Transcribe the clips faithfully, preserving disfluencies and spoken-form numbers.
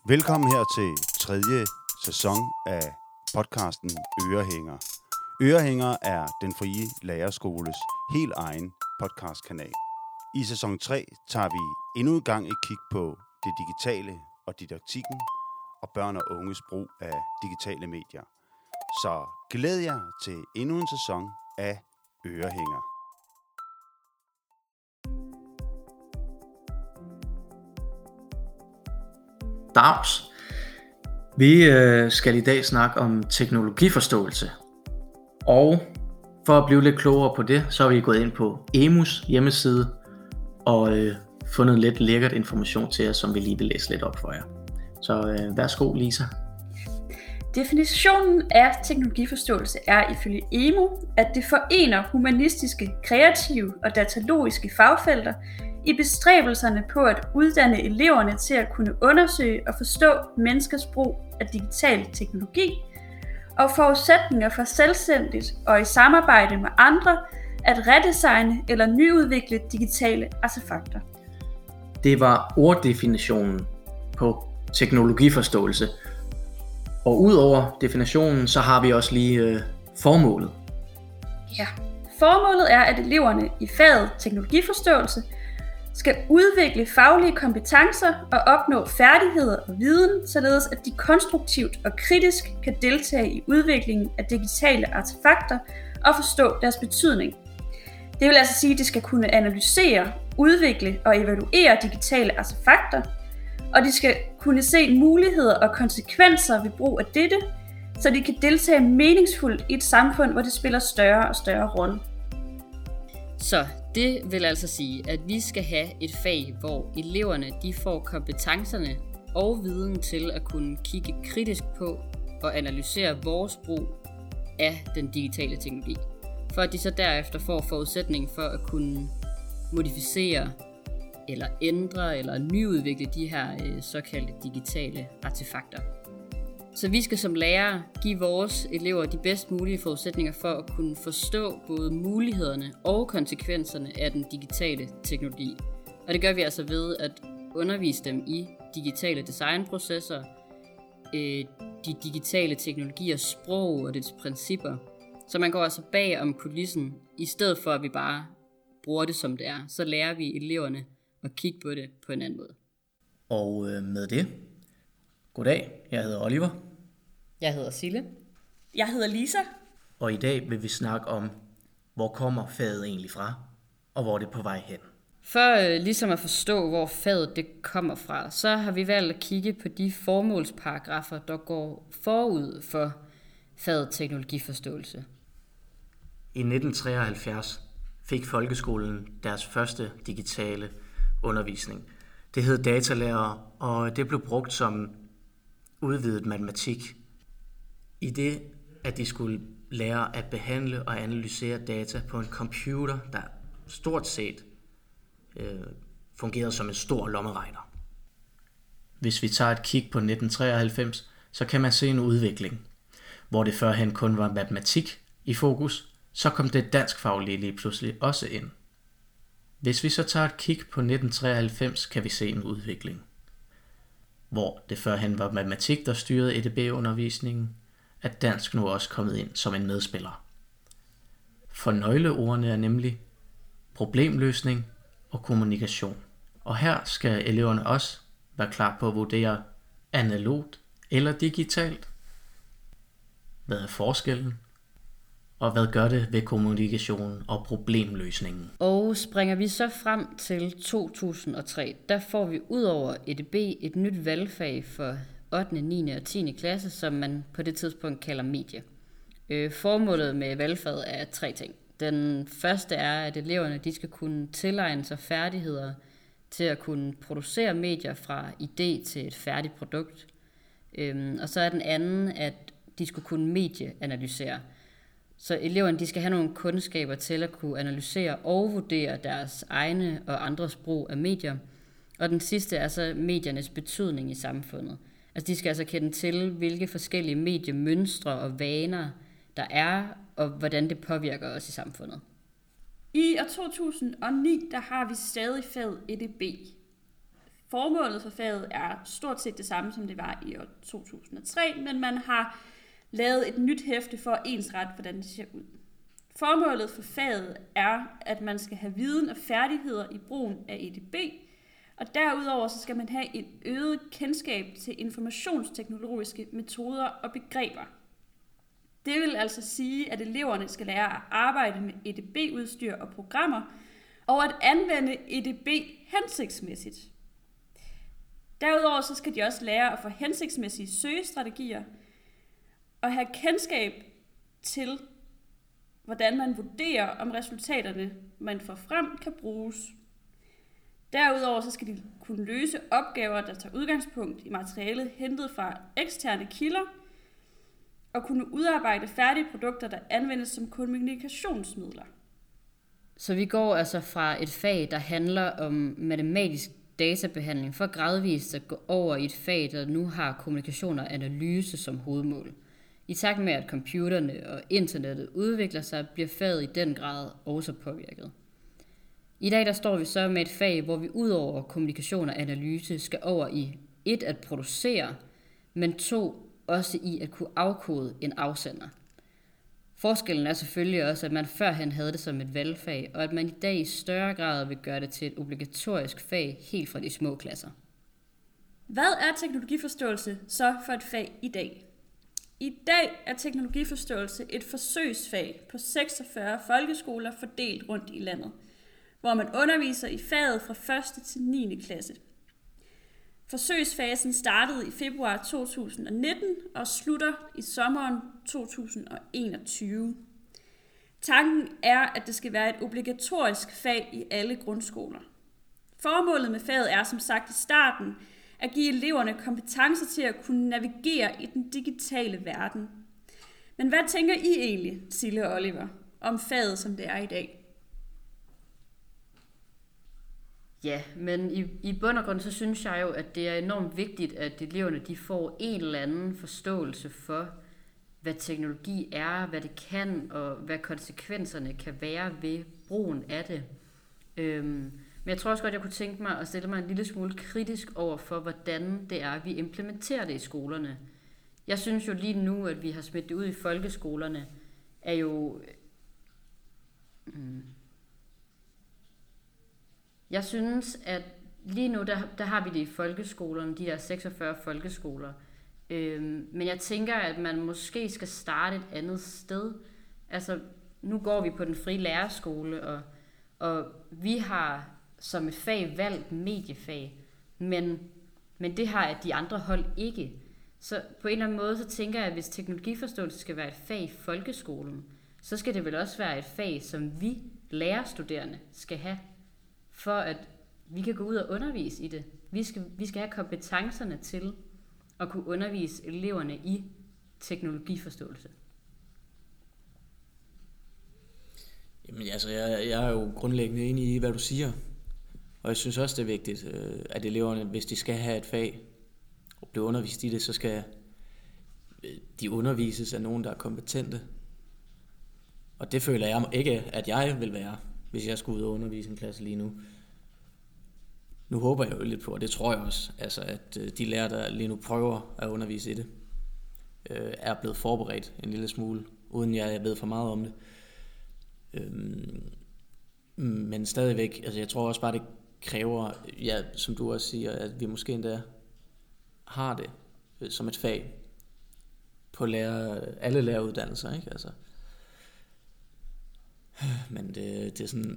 Velkommen her til tredje sæson af podcasten Ørehænger. Ørehænger er den frie lærerskoles helt egen podcastkanal. I sæson tre tager vi endnu en gang et kig på det digitale og didaktikken og børn og unges brug af digitale medier. Så glæd jer til endnu en sæson af Ørehænger. Dags. Vi øh, skal i dag snakke om teknologiforståelse. Og for at blive lidt klogere på det, så har vi gået ind på E M U's hjemmeside og øh, fundet lidt lækkert information til jer, som vi lige vil læse lidt op for jer. Så øh, værsgo, Lisa. Definitionen af teknologiforståelse er ifølge E M U, at det forener humanistiske, kreative og datalogiske fagfelter i bestræbelserne på at uddanne eleverne til at kunne undersøge og forstå menneskers brug af digital teknologi og forudsætninger for selvstændigt og i samarbejde med andre at redesigne eller nyudvikle digitale artefakter. Det var orddefinitionen på teknologiforståelse. Og udover definitionen, så har vi også lige øh, formålet. Ja, formålet er, at eleverne i faget teknologiforståelse skal udvikle faglige kompetencer og opnå færdigheder og viden, således at de konstruktivt og kritisk kan deltage i udviklingen af digitale artefakter og forstå deres betydning. Det vil altså sige, at de skal kunne analysere, udvikle og evaluere digitale artefakter, og de skal kunne se muligheder og konsekvenser ved brug af dette, så de kan deltage meningsfuldt i et samfund, hvor det spiller større og større rolle. Så det vil altså sige, at vi skal have et fag, hvor eleverne de får kompetencerne og viden til at kunne kigge kritisk på og analysere vores brug af den digitale teknologi, for at de så derefter får forudsætning for at kunne modificere eller ændre eller nyudvikle de her øh, såkaldte digitale artefakter. Så vi skal som lærere give vores elever de bedst mulige forudsætninger for at kunne forstå både mulighederne og konsekvenserne af den digitale teknologi. Og det gør vi altså ved at undervise dem i digitale designprocesser, øh, de digitale teknologiers sprog og dets principper. Så man går altså bag om kulissen, i stedet for at vi bare bruger det som det er, så lærer vi eleverne at kigge på det på en anden måde. Og øh, med det, goddag, jeg hedder Oliver. Jeg hedder Sille. Jeg hedder Lisa. Og i dag vil vi snakke om, hvor kommer faget egentlig fra, og hvor det er på vej hen. For øh, ligesom at forstå, hvor faget det kommer fra, så har vi valgt at kigge på de formålsparagrafer, der går forud for faget teknologiforståelse. I nitten treoghalvfjerds fik folkeskolen deres første digitale undervisning. Det hed datalærer, og det blev brugt som udvidet matematik. I det, at de skulle lære at behandle og analysere data på en computer, der stort set øh, fungerede som en stor lommeregner. Hvis vi tager et kig på nitten treoghalvfems, så kan man se en udvikling, hvor det førhen kun var matematik i fokus, så kom det danskfaglige lige pludselig også ind. Hvis vi så tager et kig på nitten treoghalvfems, kan vi se en udvikling, hvor det førhen var matematik, der styrede E D B-undervisningen, at dansk nu også kommet ind som en medspiller. For nøgleordene er nemlig problemløsning og kommunikation. Og her skal eleverne også være klar på at vurdere analogt eller digitalt. Hvad er forskellen? Og hvad gør det ved kommunikationen og problemløsningen? Og springer vi så frem til to tusind og tre, der får vi ud over E D B et nyt valgfag for ottende, niende og tiende klasse, som man på det tidspunkt kalder medie. Øh, formålet med valgfaget er tre ting. Den første er, at eleverne de skal kunne tilegne sig færdigheder til at kunne producere medier fra idé til et færdigt produkt. Øh, og så er den anden, at de skulle kunne medieanalysere. Så eleverne de skal have nogle kundskaber til at kunne analysere og vurdere deres egne og andres brug af medier. Og den sidste er så mediernes betydning i samfundet. Altså de skal altså kende til, hvilke forskellige mediemønstre og vaner der er, og hvordan det påvirker os i samfundet. I år to tusind og ni der har vi stadig faget E D B. Formålet for faget er stort set det samme, som det var i år to tusind og tre, men man har lavet et nyt hæfte for at ensrette, hvordan det ser ud. Formålet for faget er, at man skal have viden og færdigheder i brugen af E D B, og derudover så skal man have et øget kendskab til informationsteknologiske metoder og begreber. Det vil altså sige, at eleverne skal lære at arbejde med E D B-udstyr og programmer, og at anvende E D B hensigtsmæssigt. Derudover så skal de også lære at få hensigtsmæssige søgestrategier, og have kendskab til, hvordan man vurderer, om resultaterne, man får frem, kan bruges. Derudover så skal de kunne løse opgaver, der tager udgangspunkt i materialet hentet fra eksterne kilder, og kunne udarbejde færdige produkter, der anvendes som kommunikationsmidler. Så vi går altså fra et fag, der handler om matematisk databehandling, for gradvist at gå over i et fag, der nu har kommunikation og analyse som hovedmål. I takt med, at computerne og internettet udvikler sig, bliver faget i den grad også påvirket. I dag der står vi så med et fag, hvor vi ud over kommunikation og analyse skal over i et at producere, men to også i at kunne afkode en afsender. Forskellen er selvfølgelig også, at man førhen havde det som et valgfag, og at man i dag i større grad vil gøre det til et obligatorisk fag helt fra de små klasser. Hvad er teknologiforståelse så for et fag i dag? I dag er teknologiforståelse et forsøgsfag på seksogfyrre folkeskoler fordelt rundt i landet, hvor man underviser i faget fra første til niende klasse. Forsøgsfasen startede i februar to tusind og nitten og slutter i sommeren to tusind og enogtyve. Tanken er, at det skal være et obligatorisk fag i alle grundskoler. Formålet med faget er som sagt i starten at give eleverne kompetencer til at kunne navigere i den digitale verden. Men hvad tænker I egentlig, Sille og Oliver, om faget, som det er i dag? Ja, men i, i bund og grund, så synes jeg jo, at det er enormt vigtigt, at eleverne de får en eller anden forståelse for, hvad teknologi er, hvad det kan, og hvad konsekvenserne kan være ved brugen af det. Øhm, men jeg tror også godt, jeg kunne tænke mig at stille mig en lille smule kritisk over for, hvordan det er, vi implementerer det i skolerne. Jeg synes jo lige nu, at vi har smidt det ud i folkeskolerne, er jo... Hmm, Jeg synes, at lige nu, der, der har vi det i folkeskolerne, de der seksogfyrre folkeskoler. Øhm, men jeg tænker, at man måske skal starte et andet sted. Altså, nu går vi på den frie lærerskole, og, og vi har som et fag valgt mediefag, men, men det har de andre hold ikke. Så på en eller anden måde, så tænker jeg, at hvis teknologiforståelse skal være et fag i folkeskolen, så skal det vel også være et fag, som vi lærerstuderende skal have, for at vi kan gå ud og undervise i det. Vi skal, vi skal have kompetencerne til at kunne undervise eleverne i teknologiforståelse. Jamen altså, jeg, jeg er jo grundlæggende enig i, hvad du siger. Og jeg synes også, det er vigtigt, at eleverne, hvis de skal have et fag og blive undervist i det, så skal de undervises af nogen, der er kompetente. Og det føler jeg ikke, at jeg vil være, hvis jeg skulle ud og undervise en klasse lige nu. Nu håber jeg jo lidt på, og det tror jeg også, altså at de lærere, der lige nu prøver at undervise i det, er blevet forberedt en lille smule, uden jeg ved for meget om det. Men stadigvæk, altså jeg tror også bare, det kræver, ja, som du også siger, at vi måske endda har det som et fag på lærer, alle læreruddannelser, ikke? Altså, men det, det er sådan...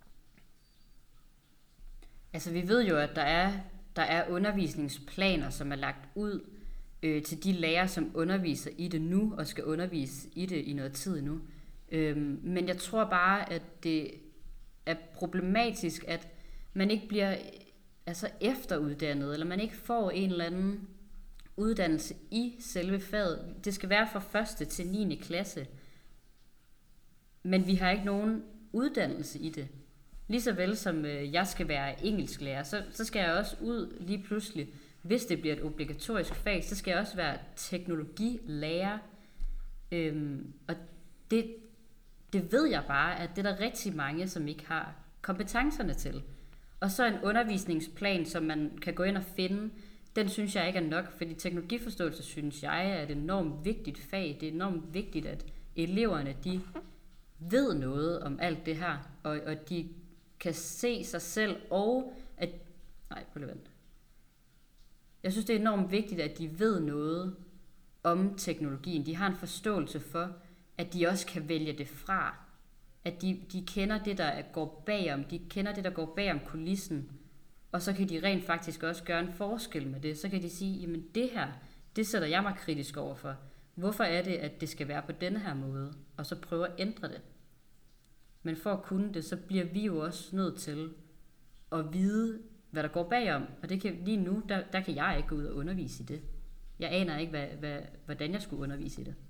Altså vi ved jo, at der er, der er undervisningsplaner, som er lagt ud øh, til de lærere, som underviser i det nu, og skal undervise i det i noget tid nu. Øhm, men jeg tror bare, at det er problematisk, at man ikke bliver altså efteruddannet, eller man ikke får en eller anden uddannelse i selve faget. Det skal være fra første til niende klasse, men vi har ikke nogen uddannelse i det. Lige så vel som øh, jeg skal være engelsklærer, så, så skal jeg også ud lige pludselig, hvis det bliver et obligatorisk fag, så skal jeg også være teknologilærer. Øhm, og det, det ved jeg bare, at det er der rigtig mange, som ikke har kompetencerne til. Og så en undervisningsplan, som man kan gå ind og finde, den synes jeg ikke er nok, fordi teknologiforståelse, synes jeg, er et enormt vigtigt fag. Det er enormt vigtigt, at eleverne, de ved noget om alt det her, og, og de kan se sig selv, og at... Nej, prøv lige vent. Jeg synes, det er enormt vigtigt, at de ved noget om teknologien. De har en forståelse for, at de også kan vælge det fra. At de, de kender det, der går bagom. De kender det, der går bagom kulissen. Og så kan de rent faktisk også gøre en forskel med det. Så kan de sige, jamen det her, det sætter jeg mig kritisk over for. Hvorfor er det, at det skal være på denne her måde? Og så prøve at ændre det. Men for at kunne det, så bliver vi jo også nødt til at vide, hvad der går bagom. Og det kan, lige nu, der, der kan jeg ikke gå ud og undervise i det. Jeg aner ikke, hvad, hvad, hvordan jeg skulle undervise i det.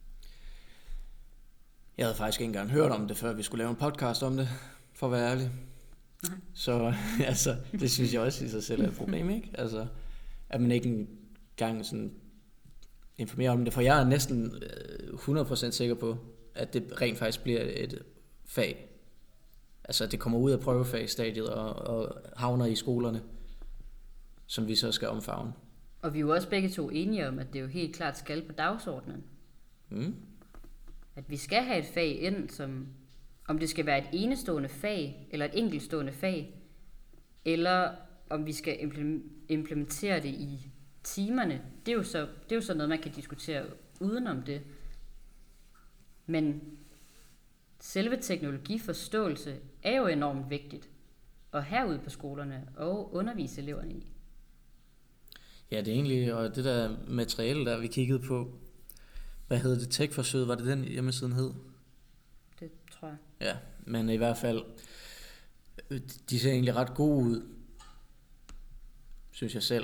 Jeg havde faktisk ikke engang hørt om det, før vi skulle lave en podcast om det, for at være ærlig. Nej. Så altså, det synes jeg også i sig selv er et problem, ikke? Altså, at man ikke engang sådan informerer om det. For jeg er næsten hundrede procent sikker på, at det rent faktisk bliver et fag. Altså, det kommer ud af prøvefagsstadiet og, og havner i skolerne, som vi så skal omfavne. Og vi er jo også begge to enige om, at det jo helt klart skal på dagsordenen. Mm. At vi skal have et fag ind, som, om det skal være et enestående fag, eller et enkeltstående fag, eller om vi skal implementere det i timerne. Det er jo så, det er jo så noget, man kan diskutere udenom det. Men selve teknologiforståelse er jo enormt vigtigt at have ude på skolerne og undervise eleverne i. Ja, det er egentlig, og det der materiale, der vi kiggede på, hvad hed det, Tech-forsøget, var det den hjemmesiden hed? Det tror jeg. Ja, men i hvert fald, de ser egentlig ret gode ud, synes jeg selv.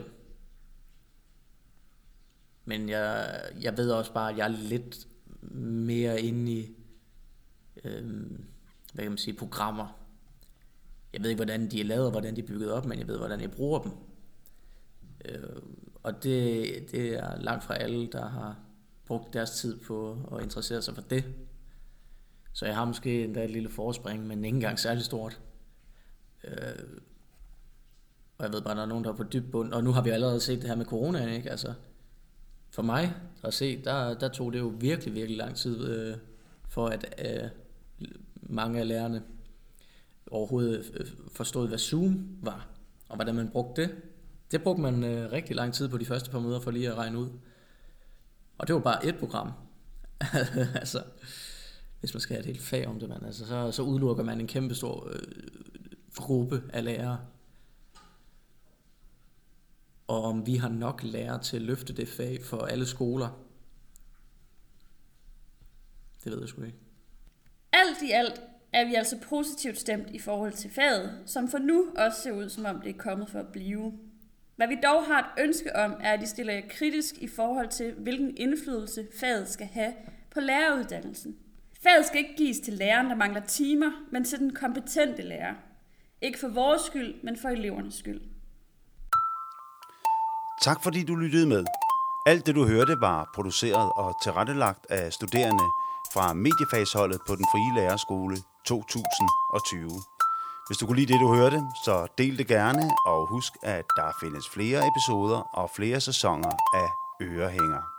Men jeg, jeg ved også bare, at jeg er lidt mere inde i, øhm, hvad kan man sige, programmer. Jeg ved ikke, hvordan de er lavet, og hvordan de er bygget op, men jeg ved, hvordan jeg bruger dem. Øh, og det, det er langt fra alle, der har brugt deres tid på at interessere sig for det. Så jeg har måske endda et lille forspring, men ikke engang særlig stort. Øh, og jeg ved bare, der er nogen, der er på dyb bund. Og nu har vi allerede set det her med corona, ikke? Altså, for mig at se, der, der tog det jo virkelig, virkelig lang tid, øh, for at øh, mange af lærerne overhovedet øh, forstod, hvad Zoom var, og hvordan man brugte det. Det brugte man øh, rigtig lang tid på de første par møder for lige at regne ud. Og det var bare et program. Altså, hvis man skal have et helt fag om det, man, altså, så, så udelukker man en kæmpe stor øh, gruppe af lærere. Og om vi har nok lærere til at løfte det fag for alle skoler, det ved jeg sgu ikke. Alt i alt er vi altså positivt stemt i forhold til faget, som for nu også ser ud, som om det er kommet for at blive. Hvad vi dog har et ønske om, er, at I stiller jer kritisk i forhold til, hvilken indflydelse faget skal have på læreruddannelsen. Faget skal ikke gives til læreren, der mangler timer, men til den kompetente lærer. Ikke for vores skyld, men for elevernes skyld. Tak fordi du lyttede med. Alt det du hørte var produceret og tilrettelagt af studerende fra mediefagsholdet på Den Frie Lærerskole to tusind og tyve. Hvis du kunne lide det, du hørte, så del det gerne, og husk, at der findes flere episoder og flere sæsoner af Ørehænger.